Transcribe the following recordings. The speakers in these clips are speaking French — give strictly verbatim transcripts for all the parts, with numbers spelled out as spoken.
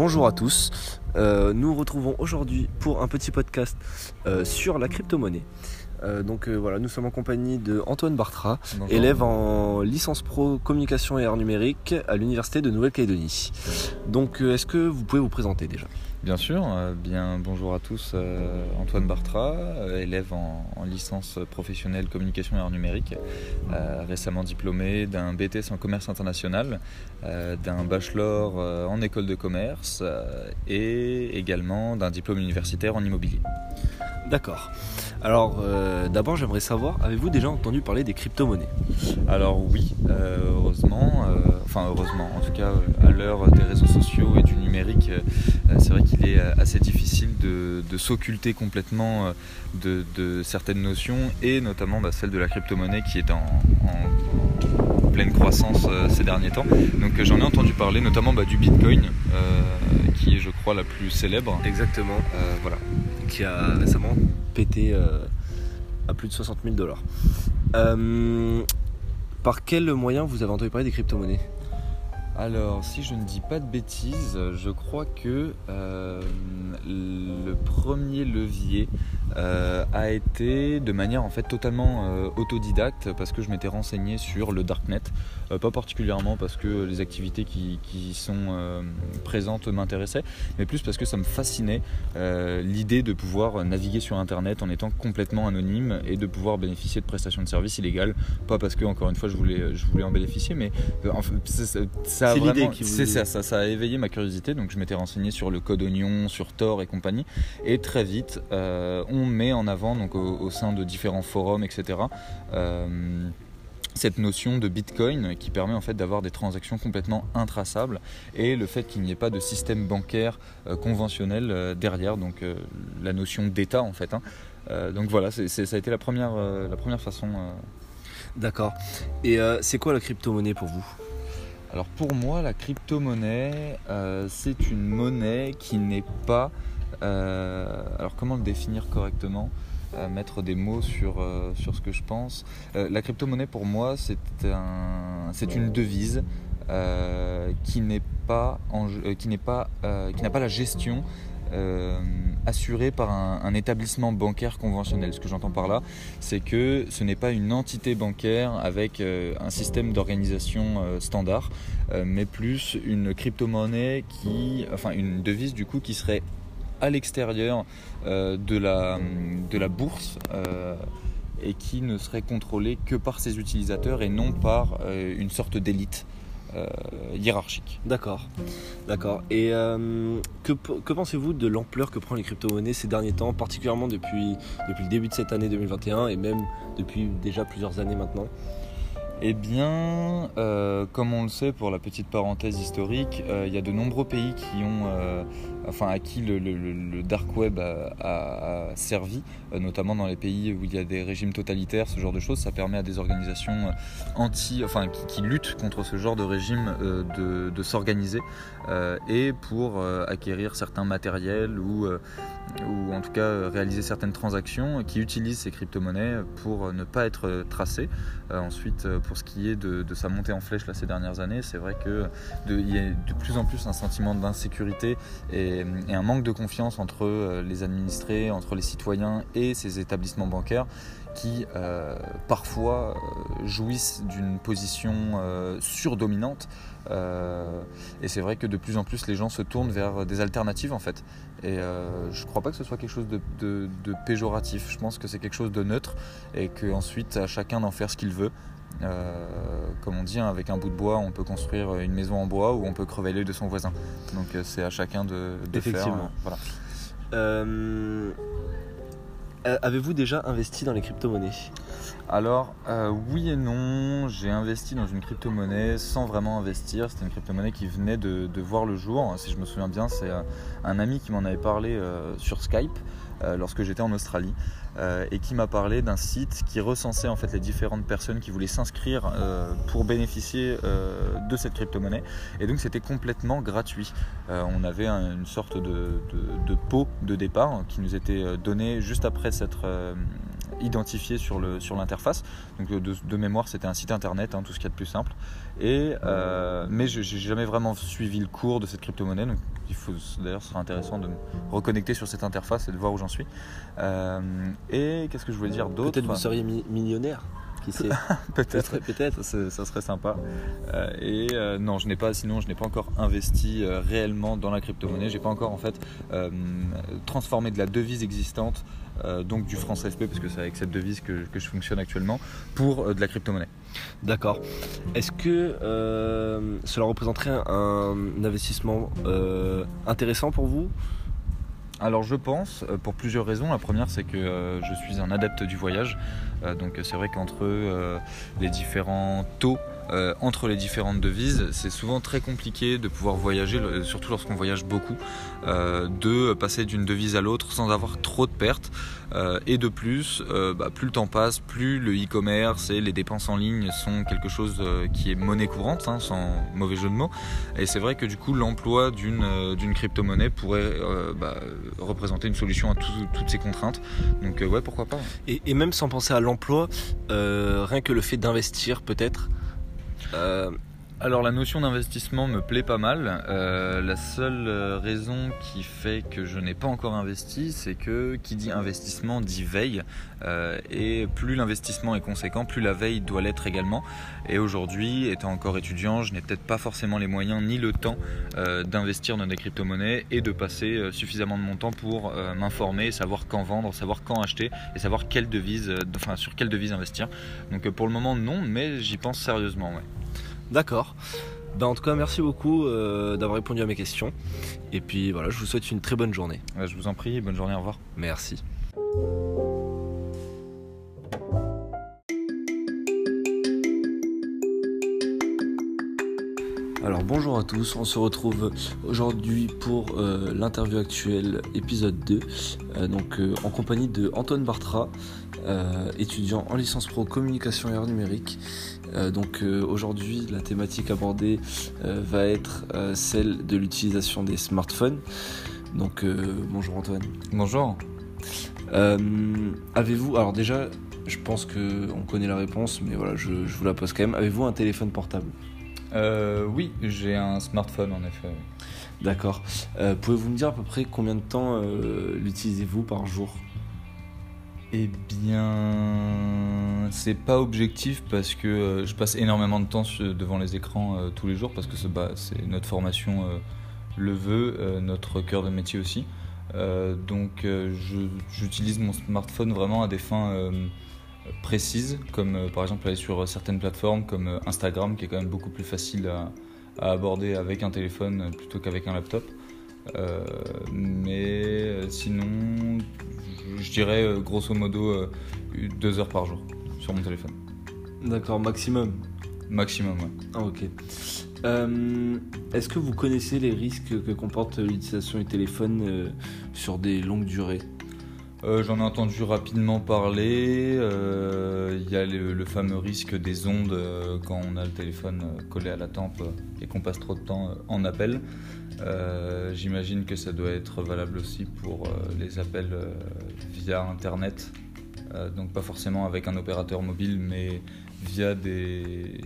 bonjour à tous. Euh, nous nous retrouvons aujourd'hui pour un petit podcast euh, sur la crypto-monnaie. Euh, donc euh, voilà, nous sommes en compagnie de Antoine Bartra, Bonjour. élève en licence pro communication et art numérique à l'université de Nouvelle-Calédonie. Donc euh, est-ce que vous pouvez vous présenter déjà ? Bien sûr, euh, bien bonjour à tous, euh, Antoine Bartra, euh, élève en, en licence professionnelle communication et art numérique, euh, récemment diplômé d'un B T S en commerce international, euh, d'un bachelor euh, en école de commerce euh, et également d'un diplôme universitaire en immobilier. D'accord. Alors euh, d'abord j'aimerais savoir, avez-vous déjà entendu parler des crypto-monnaies ? Alors oui, euh, heureusement, euh, enfin heureusement, en tout cas euh, à l'heure des réseaux sociaux et du numérique, euh, c'est vrai qu'il est assez difficile de, de s'occulter complètement euh, de, de certaines notions et notamment bah, celle de la crypto-monnaie qui est en, en pleine croissance euh, ces derniers temps. Donc euh, j'en ai entendu parler notamment bah, du Bitcoin euh, qui est je crois la plus célèbre. Exactement. Euh, voilà. Qui a récemment pété euh, à plus de soixante mille dollars. Euh, par quel moyen vous avez entendu parler des crypto-monnaies ? Alors, si je ne dis pas de bêtises, je crois que euh, le premier levier euh, a été de manière en fait totalement euh, autodidacte parce que je m'étais renseigné sur le darknet, euh, pas particulièrement parce que les activités qui, qui sont euh, présentes m'intéressaient, mais plus parce que ça me fascinait euh, l'idée de pouvoir naviguer sur internet en étant complètement anonyme et de pouvoir bénéficier de prestations de services illégales, pas parce que encore une fois je voulais, je voulais en bénéficier, mais euh, enfin, c'est, c'est, ça a C'est vraiment, l'idée qui vous... c'est ça, ça, ça a éveillé ma curiosité, donc je m'étais renseigné sur le code oignon, sur Tor et compagnie, et très vite euh, on met en avant donc au, au sein de différents forums, et cetera. Euh, cette notion de Bitcoin qui permet en fait d'avoir des transactions complètement intraçables et le fait qu'il n'y ait pas de système bancaire euh, conventionnel euh, derrière, donc euh, la notion d'État en fait. Hein. Euh, donc voilà, c'est, c'est, ça a été la première, euh, la première façon. Euh... D'accord. Et euh, c'est quoi la crypto-monnaie pour vous ? Alors pour moi, la crypto-monnaie, euh, c'est une monnaie qui n'est pas... Euh, alors comment le définir correctement ? euh, Mettre des mots sur, euh, sur ce que je pense. Euh, la crypto-monnaie pour moi, c'est, un, c'est une devise euh, qui n'est pas, en, euh, qui n'est pas, euh, qui n'a pas la gestion Euh, assuré par un, un établissement bancaire conventionnel. Ce que j'entends par là, c'est que ce n'est pas une entité bancaire avec euh, un système d'organisation euh, standard, euh, mais plus une crypto-monnaie qui, enfin une devise du coup qui serait à l'extérieur euh, de la de la bourse euh, et qui ne serait contrôlée que par ses utilisateurs et non par euh, une sorte d'élite Euh, hiérarchique. D'accord, d'accord. Et euh, que, que pensez-vous de l'ampleur que prend les crypto-monnaies ces derniers temps, particulièrement depuis, depuis le début de cette année deux mille vingt et un et même depuis déjà plusieurs années maintenant ? Eh bien, euh, comme on le sait, pour la petite parenthèse historique, euh, il y a de nombreux pays qui ont, euh, enfin, à qui le, le, le dark web a, a, a servi, euh, notamment dans les pays où il y a des régimes totalitaires, ce genre de choses. Ça permet à des organisations anti, enfin, qui, qui luttent contre ce genre de régime euh, de, de s'organiser euh, et pour euh, acquérir certains matériels ou, euh, ou en tout cas réaliser certaines transactions, qui utilisent ces crypto-monnaies pour ne pas être tracées. Euh, ensuite, pour ce qui est de, de sa montée en flèche là, ces dernières années, c'est vrai qu'il y a de plus en plus un sentiment d'insécurité et, et un manque de confiance entre les administrés, entre les citoyens et ces établissements bancaires qui euh, parfois euh, jouissent d'une position euh, surdominante euh, et c'est vrai que de plus en plus les gens se tournent vers des alternatives en fait et euh, je ne crois pas que ce soit quelque chose de, de, de péjoratif, je pense que c'est quelque chose de neutre et qu'ensuite à chacun d'en faire ce qu'il veut. Euh, comme on dit, hein, avec un bout de bois on peut construire une maison en bois ou on peut crever l'œil de son voisin, donc euh, c'est à chacun de, de Effectivement. faire. Euh, voilà. Euh... Avez-vous déjà investi dans les crypto-monnaies ? Alors euh, oui et non, j'ai investi dans une crypto-monnaie sans vraiment investir. C'était une crypto-monnaie qui venait de, de voir le jour. Si je me souviens bien, c'est un, un ami qui m'en avait parlé euh, sur Skype euh, lorsque j'étais en Australie euh, et qui m'a parlé d'un site qui recensait en fait les différentes personnes qui voulaient s'inscrire euh, pour bénéficier euh, de cette crypto-monnaie. Et donc c'était complètement gratuit. Euh, on avait un, une sorte de, de, de pot de départ qui nous était donné juste après s'être... Euh, identifié sur, le, sur l'interface. Donc de, de mémoire, c'était un site internet, hein, tout ce qu'il y a de plus simple. Et, euh, mais je n'ai jamais vraiment suivi le cours de cette crypto-monnaie. Donc il faut, d'ailleurs, ce serait intéressant de me reconnecter sur cette interface et de voir où j'en suis. Euh, et qu'est-ce que je voulais dire d'autre ? Peut-être vous seriez mi- millionnaire. Qui sait? Peut-être, peut-être. Ça, ça serait sympa. Euh, et euh, non, je n'ai pas, sinon je n'ai pas encore investi euh, réellement dans la crypto-monnaie. J'ai pas encore en fait euh, transformé de la devise existante, euh, donc du franc C F P, parce que c'est avec cette devise que, que je fonctionne actuellement, pour euh, de la crypto-monnaie. D'accord. Est-ce que euh, cela représenterait un, un investissement euh, intéressant pour vous ? Alors je pense, pour plusieurs raisons. La première, c'est que euh, je suis un adepte du voyage. Euh, donc c'est vrai qu'entre euh, les différents taux, euh, entre les différentes devises, c'est souvent très compliqué de pouvoir voyager, surtout lorsqu'on voyage beaucoup, euh, de passer d'une devise à l'autre sans avoir trop de pertes. Euh, et de plus, euh, bah, plus le temps passe, plus le e-commerce et les dépenses en ligne sont quelque chose euh, qui est monnaie courante, hein, sans mauvais jeu de mots. Et c'est vrai que du coup, l'emploi d'une, euh, d'une crypto-monnaie pourrait euh, bah, représenter une solution à tout, toutes ces contraintes. Donc euh, ouais, pourquoi pas. Et, et même sans penser à l'emploi, euh, rien que le fait d'investir peut-être euh... Alors la notion d'investissement me plaît pas mal. Euh, la seule raison qui fait que je n'ai pas encore investi, c'est que qui dit investissement dit veille. Euh, et plus l'investissement est conséquent, plus la veille doit l'être également. Et aujourd'hui, étant encore étudiant, je n'ai peut-être pas forcément les moyens ni le temps euh, d'investir dans des crypto-monnaies et de passer euh, suffisamment de mon temps pour euh, m'informer, savoir quand vendre, savoir quand acheter et savoir quelle devise, euh, enfin sur quelle devise investir. Donc euh, pour le moment non, mais j'y pense sérieusement. Ouais. D'accord. Ben, en tout cas, merci beaucoup euh, d'avoir répondu à mes questions. Et puis voilà, je vous souhaite une très bonne journée. Ouais, je vous en prie, bonne journée, au revoir. Merci. Alors bonjour à tous, on se retrouve aujourd'hui pour euh, l'interview actuelle épisode deux, euh, donc euh, en compagnie de Antoine Bartra, euh, étudiant en licence pro communication et art numérique. Euh, donc euh, aujourd'hui la thématique abordée euh, va être euh, celle de l'utilisation des smartphones. Donc euh, bonjour Antoine. Bonjour. Euh, avez-vous, alors déjà je pense qu'on connaît la réponse, mais voilà, je, je vous la pose quand même. Avez-vous un téléphone portable ? Euh, oui, j'ai un smartphone en effet. Oui. D'accord. Euh, pouvez-vous me dire à peu près combien de temps euh, l'utilisez-vous par jour ? Eh bien, c'est pas objectif parce que euh, je passe énormément de temps sur, devant les écrans euh, tous les jours parce que c'est, bah, c'est notre formation euh, le veut, euh, notre cœur de métier aussi. Euh, donc euh, je, j'utilise mon smartphone vraiment à des fins euh, précises, comme euh, par exemple aller sur certaines plateformes comme euh, Instagram, qui est quand même beaucoup plus facile à, à aborder avec un téléphone plutôt qu'avec un laptop. Euh, mais euh, sinon, je, je dirais euh, grosso modo euh, deux heures par jour sur mon téléphone. D'accord, maximum. Maximum, ouais. Ah ok. Euh, est-ce que vous connaissez les risques que comporte l'utilisation du téléphone euh, sur des longues durées ? Euh, j'en ai entendu rapidement parler. Il euh, y a le, le fameux risque des ondes euh, quand on a le téléphone euh, collé à la tempe euh, et qu'on passe trop de temps euh, en appel. Euh, j'imagine que ça doit être valable aussi pour euh, les appels euh, via Internet. Euh, donc pas forcément avec un opérateur mobile, mais via des,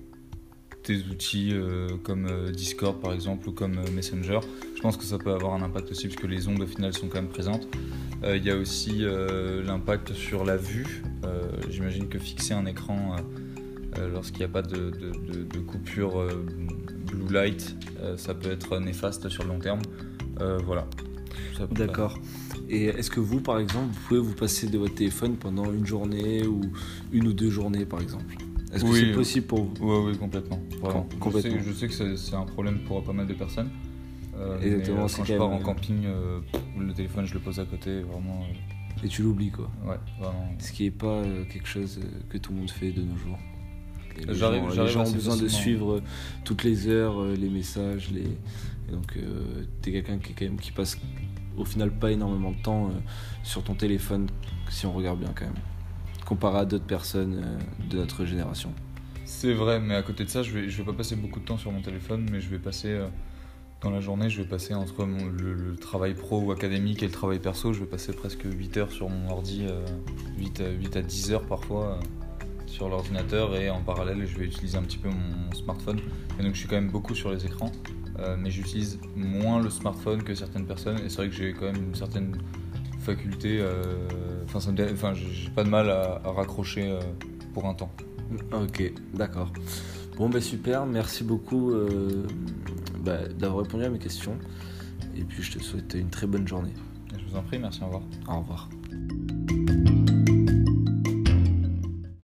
des outils euh, comme euh, Discord par exemple ou comme euh, Messenger. Je pense que ça peut avoir un impact aussi parce que les ondes au final sont quand même présentes. Il euh, y a aussi euh, l'impact sur la vue. Euh, j'imagine que fixer un écran euh, euh, lorsqu'il n'y a pas de, de, de, de coupure euh, blue light, euh, ça peut être néfaste sur le long terme. Euh, voilà. D'accord. Et est-ce que vous, par exemple, vous pouvez vous passer de votre téléphone pendant une journée ou une ou deux journées, par exemple ? Est-ce que oui, c'est possible pour vous ? Oui, oui, complètement. Vraiment. complètement. Je sais, je sais que c'est, c'est un problème pour pas mal de personnes. Euh, Exactement, mais, euh, c'est quand je pars même... en camping, euh, le téléphone je le pose à côté, vraiment. Euh... Et tu l'oublies quoi. Ouais, vraiment. Ce qui n'est pas euh, quelque chose euh, que tout le monde fait de nos jours. Et les j'arrive, gens, j'arrive les gens ont besoin facilement. de suivre euh, toutes les heures euh, les messages, les... Et donc euh, t'es quelqu'un qui, quand même, qui passe au final pas énormément de temps euh, sur ton téléphone, si on regarde bien quand même, comparé à d'autres personnes euh, de notre génération. C'est vrai, mais à côté de ça, je vais, je vais pas passer beaucoup de temps sur mon téléphone, mais je vais passer euh, Dans la journée, je vais passer entre mon, le, le travail pro ou académique et le travail perso, je vais passer presque huit heures sur mon ordi, euh, huit à dix heures parfois euh, sur l'ordinateur, et en parallèle, je vais utiliser un petit peu mon, mon smartphone. Et donc, je suis quand même beaucoup sur les écrans, euh, mais j'utilise moins le smartphone que certaines personnes, et c'est vrai que j'ai quand même une certaine faculté, enfin, euh, enfin, j'ai pas de mal à, à raccrocher euh, pour un temps. Ok, d'accord. Bon, bah super, merci beaucoup euh, bah, d'avoir répondu à mes questions. Et puis je te souhaite une très bonne journée. Je vous en prie, merci, au revoir. Au revoir.